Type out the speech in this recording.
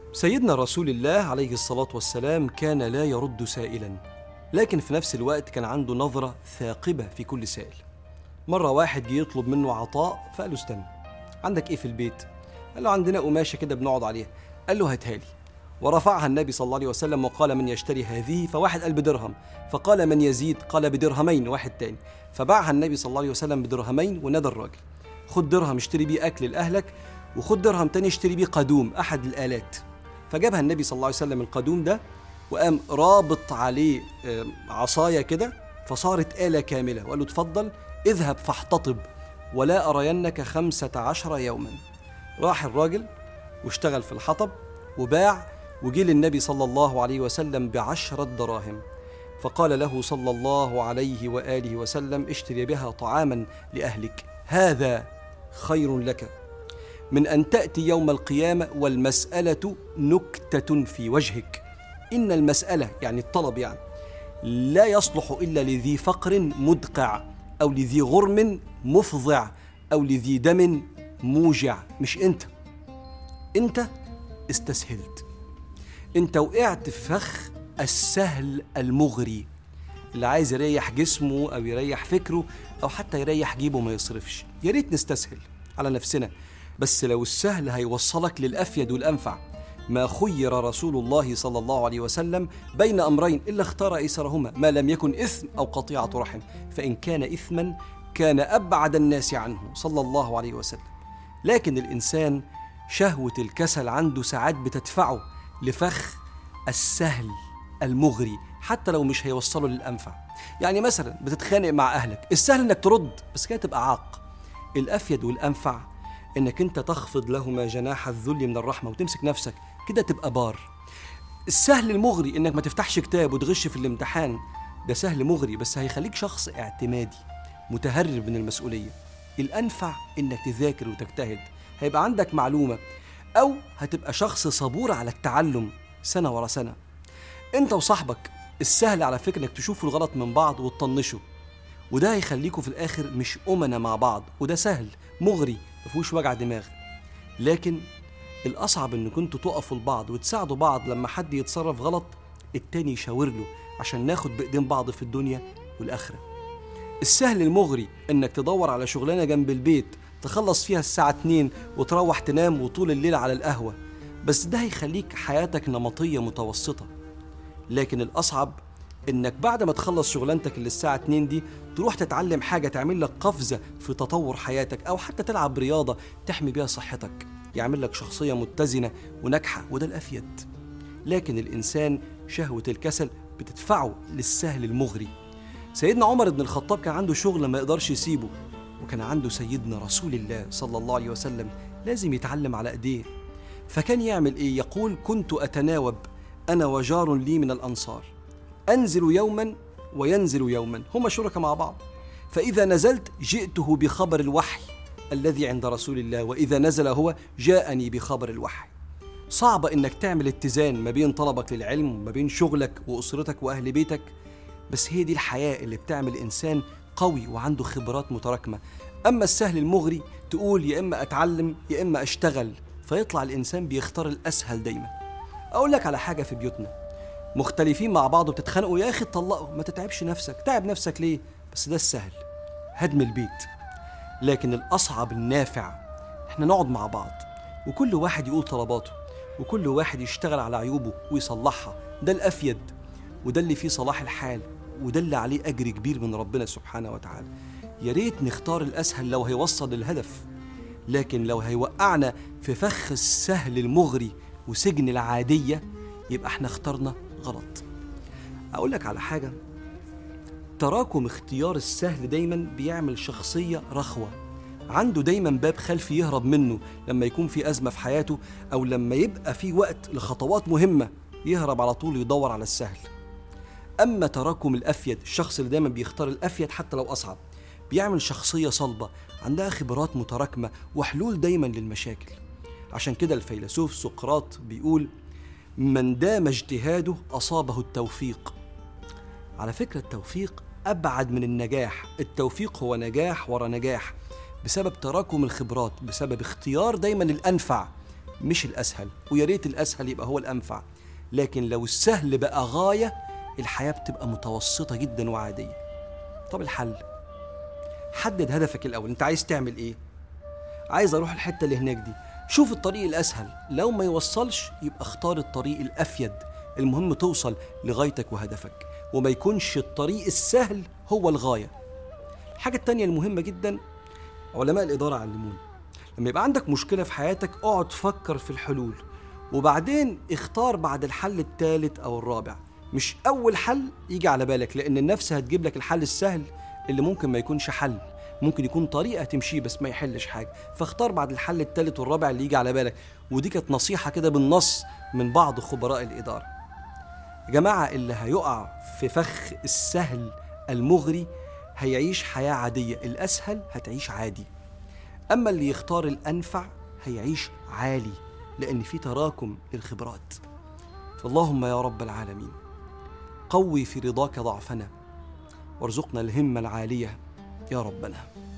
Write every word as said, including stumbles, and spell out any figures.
سيدنا رسول الله عليه الصلاة والسلام كان لا يرد سائلا، لكن في نفس الوقت كان عنده نظرة ثاقبة في كل سائل. مرة واحد جه يطلب منه عطاء، فقال له استنى، عندك ايه في البيت؟ قال له عندنا قماشة كده بنقعد عليها. قال له هاتها لي. ورفعها النبي صلى الله عليه وسلم وقال من يشتري هذه؟ فواحد قال بدرهم، فقال من يزيد؟ قال بدرهمين. واحد تاني، فباعها النبي صلى الله عليه وسلم بدرهمين ونادى الراجل خد درهم اشتري بيه أكل لأهلك، وخد درهم تاني اشتري بيه قدوم أحد الآلات. فجابها النبي صلى الله عليه وسلم القدوم ده، وقام رابط عليه عصاية كده فصارت آلة كاملة، وقال له تفضل اذهب فاحتطب ولا أرينك خمسة عشر يوما. راح الراجل واشتغل في الحطب وباع، وجي للنبي صلى الله عليه وسلم بعشرة دراهم، فقال له صلى الله عليه وآله وسلم اشتري بها طعاما لأهلك، هذا خير لك من أن تأتي يوم القيامة والمسألة نكتة في وجهك. إن المسألة يعني الطلب يعني لا يصلح إلا لذي فقر مدقع، أو لذي غرم مفضع، أو لذي دم موجع. مش أنت أنت استسهلت، أنت وقعت في فخ السهل المغري، اللي عايز يريح جسمه أو يريح فكره أو حتى يريح جيبه ما يصرفش. يا ريت نستسهل على نفسنا، بس لو السهل هيوصلك للأفيد والأنفع. ما خير رسول الله صلى الله عليه وسلم بين أمرين إلا اختار أيسرهما، ما لم يكن إثم أو قطيعة رحم، فإن كان إثما كان أبعد الناس عنه صلى الله عليه وسلم. لكن الإنسان شهوة الكسل عنده ساعات بتدفعه لفخ السهل المغري، حتى لو مش هيوصله للأنفع. يعني مثلا بتتخانق مع أهلك، السهل إنك ترد بس كده تبقى عاق. الأفيد والأنفع إنك أنت تخفض لهما جناح الذل من الرحمة وتمسك نفسك كده تبقى بار. السهل المغري إنك ما تفتحش كتاب وتغش في الامتحان، ده سهل مغري بس هيخليك شخص اعتمادي متهرب من المسؤولية. الأنفع إنك تذاكر وتجتهد، هيبقى عندك معلومة، أو هتبقى شخص صبور على التعلم سنة ورا سنة. أنت وصاحبك السهل على فكرة إنك تشوفوا الغلط من بعض وتطنشوا، وده هيخليكوا في الآخر مش أمنا مع بعض، وده سهل مغري مفهوش وجع دماغ. لكن الأصعب إن كنتوا تقفوا لبعض وتساعدوا بعض لما حد يتصرف غلط التاني يشاور له عشان ناخد بإيدين بعض في الدنيا والآخرة. السهل المغري إنك تدور على شغلانة جنب البيت تخلص فيها الساعة اتنين وتروح تنام وطول الليل على القهوة، بس ده هيخليك حياتك نمطية متوسطة. لكن الأصعب إنك بعد ما تخلص شغلانتك اللي الساعة اتنين دي تروح تتعلم حاجة تعمل لك قفزة في تطور حياتك، أو حتى تلعب رياضة تحمي بيها صحتك، يعمل لك شخصية متزنة وناجحة، وده الأفيد. لكن الإنسان شهوة الكسل بتدفعه للسهل المغري. سيدنا عمر بن الخطاب كان عنده شغل ما يقدرش يسيبه، وكان عنده سيدنا رسول الله صلى الله عليه وسلم لازم يتعلم على أيديه. فكان يعمل إيه؟ يقول كنت أتناوب أنا وجار لي من الأنصار، أنزل يوما وينزل يوما، هما شركة مع بعض، فإذا نزلت جئته بخبر الوحي الذي عند رسول الله، وإذا نزل هو جاءني بخبر الوحي. صعبة إنك تعمل اتزان ما بين طلبك للعلم وما بين شغلك وأسرتك وأهل بيتك، بس هي دي الحياة اللي بتعمل إنسان قوي وعنده خبرات متراكمة. أما السهل المغري تقول يا إما أتعلم يا إما أشتغل، فيطلع الإنسان بيختار الأسهل دايما. أقول لك على حاجة، في بيوتنا مختلفين مع بعض وبتتخانقوا، يا أخي اتطلقوا، ما تتعبش نفسك، تعب نفسك ليه؟ بس ده السهل، هدم البيت. لكن الأصعب النافع احنا نقعد مع بعض وكل واحد يقول طلباته وكل واحد يشتغل على عيوبه ويصلحها، ده الأفيد، وده اللي فيه صلاح الحال، وده اللي عليه أجر كبير من ربنا سبحانه وتعالى. يا ريت نختار الأسهل لو هيوصل للهدف، لكن لو هيوقعنا في فخ السهل المغري وسجن العادية يبقى احنا اخترنا غلط. أقول لك على حاجة، تراكم اختيار السهل دايما بيعمل شخصية رخوة، عنده دايما باب خلفي يهرب منه لما يكون في أزمة في حياته، أو لما يبقى في وقت لخطوات مهمة يهرب على طول يدور على السهل. أما تراكم الأفيد، الشخص اللي دايما بيختار الأفيد حتى لو أصعب، بيعمل شخصية صلبة عندها خبرات متراكمة وحلول دايما للمشاكل. عشان كده الفيلسوف سقراط بيقول من دام اجتهاده أصابه التوفيق. على فكرة التوفيق أبعد من النجاح، التوفيق هو نجاح ورا نجاح بسبب تراكم الخبرات، بسبب اختيار دايما الأنفع. مش الأسهل، ويا ريت الأسهل يبقى هو الأنفع، لكن لو السهل بقى غاية الحياة بتبقى متوسطة جدا وعادية. طب الحل؟ حدد هدفك الأول، أنت عايز تعمل إيه؟ عايز أروح الحتة اللي هناك دي، شوف الطريق الأسهل، لو ما يوصلش يبقى اختار الطريق الأفيد، المهم توصل لغايتك وهدفك، وما يكونش الطريق السهل هو الغاية. الحاجة التانية المهمة جدا، علماء الإدارة علمونا لما يبقى عندك مشكلة في حياتك اقعد فكر في الحلول، وبعدين اختار بعد الحل الثالث أو الرابع، مش أول حل يجي على بالك، لأن النفس هتجيب لك الحل السهل اللي ممكن ما يكونش حل، ممكن يكون طريقة تمشي بس ما يحلش حاجة، فاختار بعد الحل الثالث والرابع اللي يجي على بالك. ودي كانت نصيحة كده بالنص من بعض خبراء الإدارة. يا جماعة، اللي هيقع في فخ السهل المغري هيعيش حياة عادية، الأسهل هتعيش عادي. أما اللي يختار الأنفع هيعيش عالي، لأن في تراكم للخبرات. فاللهم يا رب العالمين قوي في رضاك ضعفنا، وارزقنا الهمة العالية يا ربنا.